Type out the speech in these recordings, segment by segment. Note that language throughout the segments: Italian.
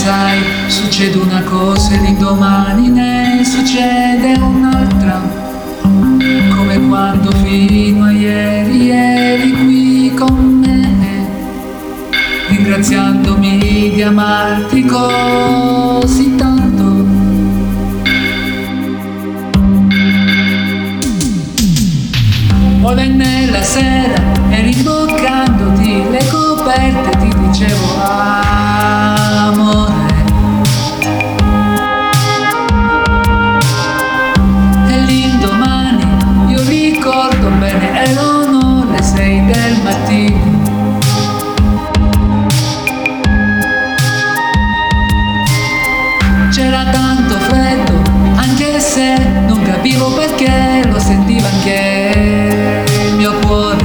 sai, succede una cosa e l'indomani ne succede un'altra, come quando fino a ieri eri qui con me, ringraziandomi di amarti così tanto. Ora nella sera e rimboccandoti le coperte ti dicevo amore, e l'indomani io ricordo bene erano le 6 del mattino. C'era tanto freddo anche se non capivo perché, lo sentiva anche il mio cuore.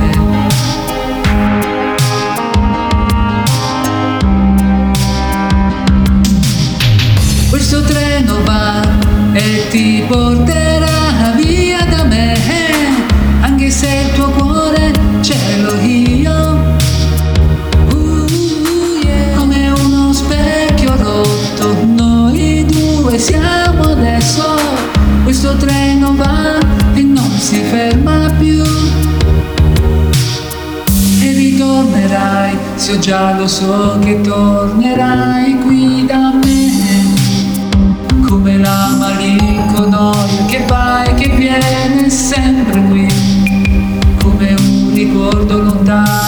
Questo treno va e ti porterà via da me, anche se il tuo cuore ce l'ho io. Yeah. Come uno specchio rotto noi due siamo adesso. Questo treno va e non si ferma più, e ritornerai, se io già lo so che tornerai qui da me, come la malinconia che va e che viene sempre qui, come un ricordo lontano.